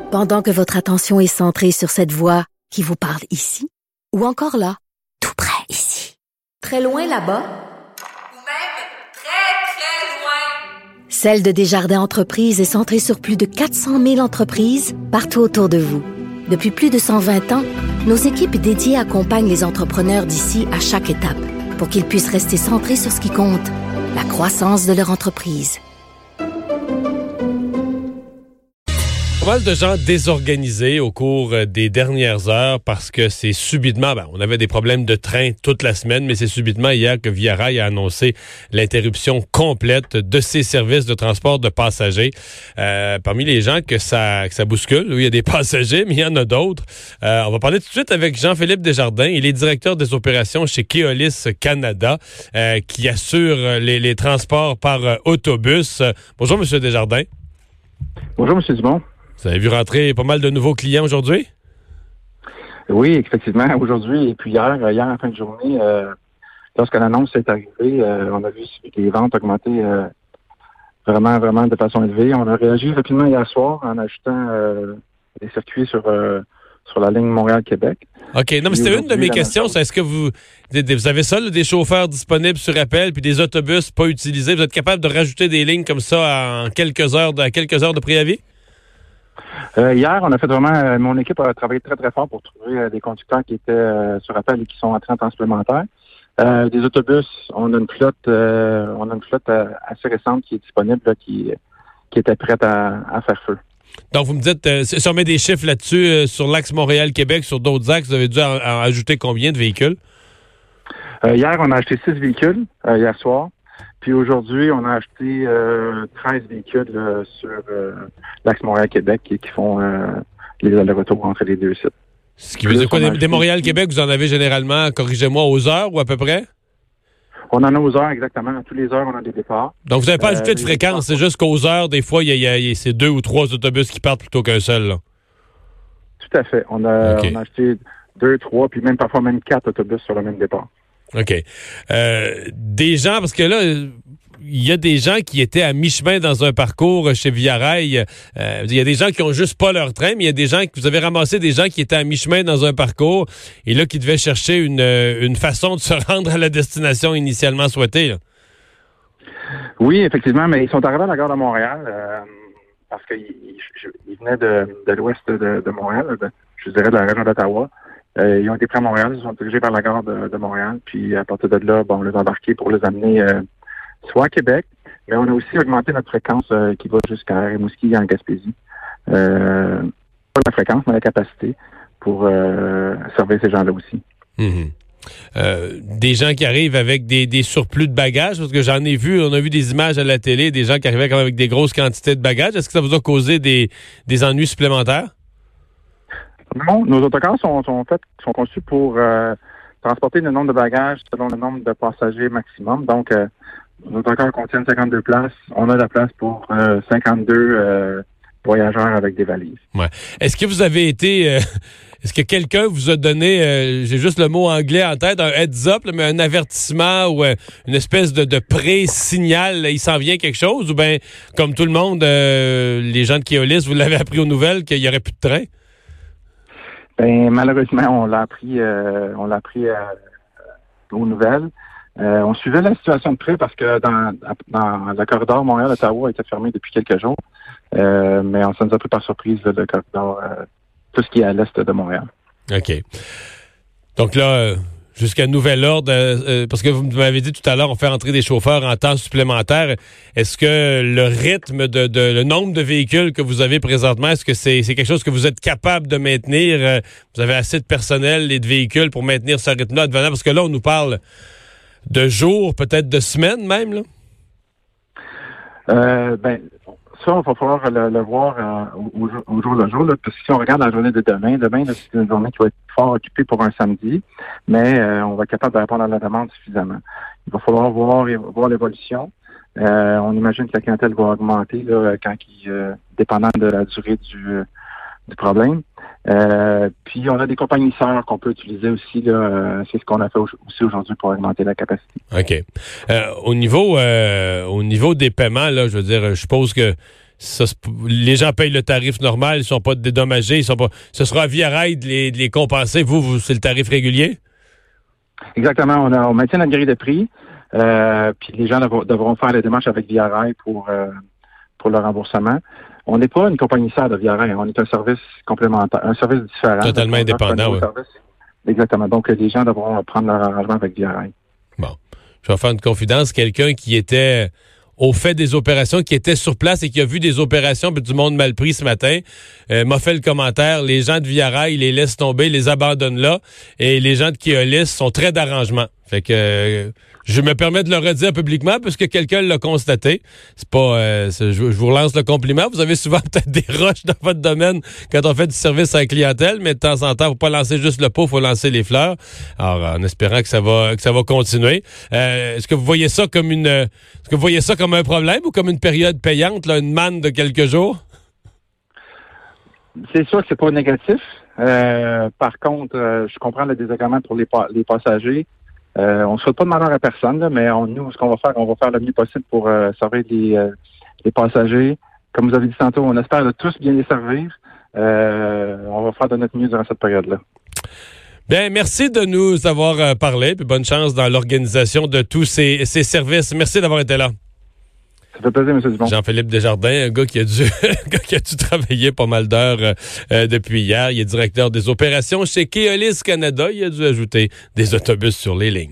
Pendant que votre attention est centrée sur cette voix qui vous parle ici, ou encore là, tout près ici, très loin là-bas, ou même très, très loin. Celle de Desjardins Entreprises est centrée sur plus de 400 000 entreprises partout autour de vous. Depuis plus de 120 ans, nos équipes dédiées accompagnent les entrepreneurs d'ici à chaque étape pour qu'ils puissent rester centrés sur ce qui compte, la croissance de leur entreprise. Pas mal de gens désorganisés au cours des dernières heures parce que c'est subitement, on avait des problèmes de train toute la semaine, mais c'est subitement hier que Via Rail a annoncé l'interruption complète de ses services de transport de passagers. Parmi les gens que ça bouscule, oui, il y a des passagers, mais il y en a d'autres. On va parler tout de suite avec Jean-Philippe Desjardins. Il est directeur des opérations chez Keolis Canada, qui assure les transports par autobus. Bonjour, M. Desjardins. Bonjour, M. Dumont. Vous avez vu rentrer pas mal de nouveaux clients aujourd'hui? Oui, effectivement, aujourd'hui et puis hier en fin de journée, lorsque l'annonce est arrivée, on a vu les ventes augmenter vraiment de façon élevée. On a réagi rapidement hier soir en ajoutant des circuits sur la ligne Montréal-Québec. OK. Non, mais c'était une de mes questions. Est-ce que vous avez ça, là, des chauffeurs disponibles sur appel puis des autobus pas utilisés? Vous êtes capable de rajouter des lignes comme ça en quelques heures de préavis? Hier, on a fait vraiment... mon équipe a travaillé très, très fort pour trouver des conducteurs qui étaient sur appel et qui sont entrés en temps supplémentaire. Des autobus, on a une flotte assez récente qui est disponible, là, qui était prête à faire feu. Donc, vous me dites, si on met des chiffres là-dessus, sur l'axe Montréal-Québec, sur d'autres axes, vous avez dû en ajouter combien de véhicules? Hier, on a acheté 6 véhicules, hier soir. Puis aujourd'hui, on a acheté 13 véhicules sur l'axe Montréal-Québec qui font les allers-retours entre les deux sites. Ce qui veut dire quoi? Des Montréal-Québec, vous en avez généralement, corrigez-moi, aux heures ou à peu près? On en a aux heures, exactement. À tous les heures, on a des départs. Donc, vous n'avez pas ajouté de fréquence, c'est juste qu'aux heures, des fois, il y a c'est 2 ou 3 autobus qui partent plutôt qu'un seul, là. Tout à fait. On a acheté 2, 3, puis même parfois 4 autobus sur le même départ. OK. Des gens, parce que là, il y a des gens qui étaient à mi-chemin dans un parcours chez Via Rail. Il y a des gens qui ont juste pas leur train, mais il y a des gens que vous avez ramassé des gens qui étaient à mi-chemin dans un parcours et là qui devaient chercher une façon de se rendre à la destination initialement souhaitée, là. Oui, effectivement, mais ils sont arrivés à la gare de Montréal parce qu'ils venaient de l'ouest de Montréal, je dirais de la région d'Ottawa. Ils ont été pris à Montréal, ils sont dirigés vers la gare de Montréal, puis à partir de là, on les a embarqués pour les amener soit à Québec, mais on a aussi augmenté notre fréquence qui va jusqu'à Rimouski en Gaspésie. Pas la fréquence, mais la capacité pour servir ces gens-là aussi. Mm-hmm. Des gens qui arrivent avec des surplus de bagages, parce que j'en ai vu, on a vu des images à la télé, des gens qui arrivaient quand même avec des grosses quantités de bagages. Est-ce que ça vous a causé des ennuis supplémentaires? Non, nos autocars sont conçus pour transporter le nombre de bagages selon le nombre de passagers maximum. Donc, nos autocars contiennent 52 places. On a la place pour 52 voyageurs avec des valises. Ouais. Est-ce que vous avez été... est-ce que quelqu'un vous a donné, j'ai juste le mot anglais en tête, un heads-up, là, mais un avertissement ou une espèce de pré-signal, là, il s'en vient quelque chose? Ou bien, comme tout le monde, les gens de Keolis, vous l'avez appris aux nouvelles qu'il n'y aurait plus de train? Ben, malheureusement, on l'a appris aux nouvelles. On suivait la situation de près parce que dans le corridor Montréal-Ottawa était fermé depuis quelques jours. Mais ça nous a pris par surprise, le corridor, tout ce qui est à l'est de Montréal. OK. Donc là, jusqu'à nouvel ordre, parce que vous m'avez dit tout à l'heure, on fait entrer des chauffeurs en temps supplémentaire. Est-ce que le rythme le nombre de véhicules que vous avez présentement, est-ce que c'est quelque chose que vous êtes capable de maintenir? Vous avez assez de personnel et de véhicules pour maintenir ce rythme-là advenant? Parce que là, on nous parle de jours, peut-être de semaines même, là? Ça, il va falloir le voir au jour le jour. Là, parce que si on regarde la journée de demain, là, c'est une journée qui va être fort occupée pour un samedi, mais on va être capable de répondre à la demande suffisamment. Il va falloir voir l'évolution. On imagine que la clientèle va augmenter là, dépendant de la durée du problème. Puis on a des compagnies sœurs qu'on peut utiliser aussi. Là, c'est ce qu'on a fait aussi aujourd'hui pour augmenter la capacité. OK. Au niveau des paiements, là, je veux dire, je suppose que les gens payent le tarif normal, ils sont pas dédommagés, ce sera à Via Rail de les compenser. Vous, c'est le tarif régulier? Exactement. On maintient notre grille de prix. Puis les gens devront faire les démarches avec Via Rail pour le remboursement. On n'est pas une compagnie sœur de Via Rail. On est un service complémentaire, un service différent. Totalement indépendant, oui. Exactement. Donc, les gens devront prendre leur arrangement avec Via Rail. Bon. Je vais faire une confidence. Quelqu'un qui était au fait des opérations, qui était sur place et qui a vu des opérations puis du monde mal pris ce matin, m'a fait le commentaire, les gens de Via Rail, ils les laissent tomber, ils les abandonnent là, et les gens de Keolis sont très d'arrangement. Fait que je me permets de le redire publiquement puisque quelqu'un l'a constaté. C'est pas, je vous relance le compliment. Vous avez souvent peut-être des rushs dans votre domaine quand on fait du service à la clientèle, mais de temps en temps, faut pas lancer juste le pot, faut lancer les fleurs. Alors, en espérant que ça va continuer. Est-ce que vous voyez ça comme un problème ou comme une période payante, là, une manne de quelques jours? C'est sûr que c'est pas négatif. Par contre, je comprends le désagrément pour les passagers. On ne souhaite pas de malheur à personne, là, mais nous, ce qu'on va faire, on va faire le mieux possible pour servir les passagers. Comme vous avez dit tantôt, on espère de tous bien les servir. On va faire de notre mieux durant cette période-là. Bien, merci de nous avoir parlé, puis bonne chance dans l'organisation de tous ces services. Merci d'avoir été là. Ça fait plaisir, M. Dupont. Jean-Philippe Desjardins, un gars qui a dû travailler pas mal d'heures depuis hier. Il est directeur des opérations chez Keolis Canada. Il a dû ajouter des autobus sur les lignes.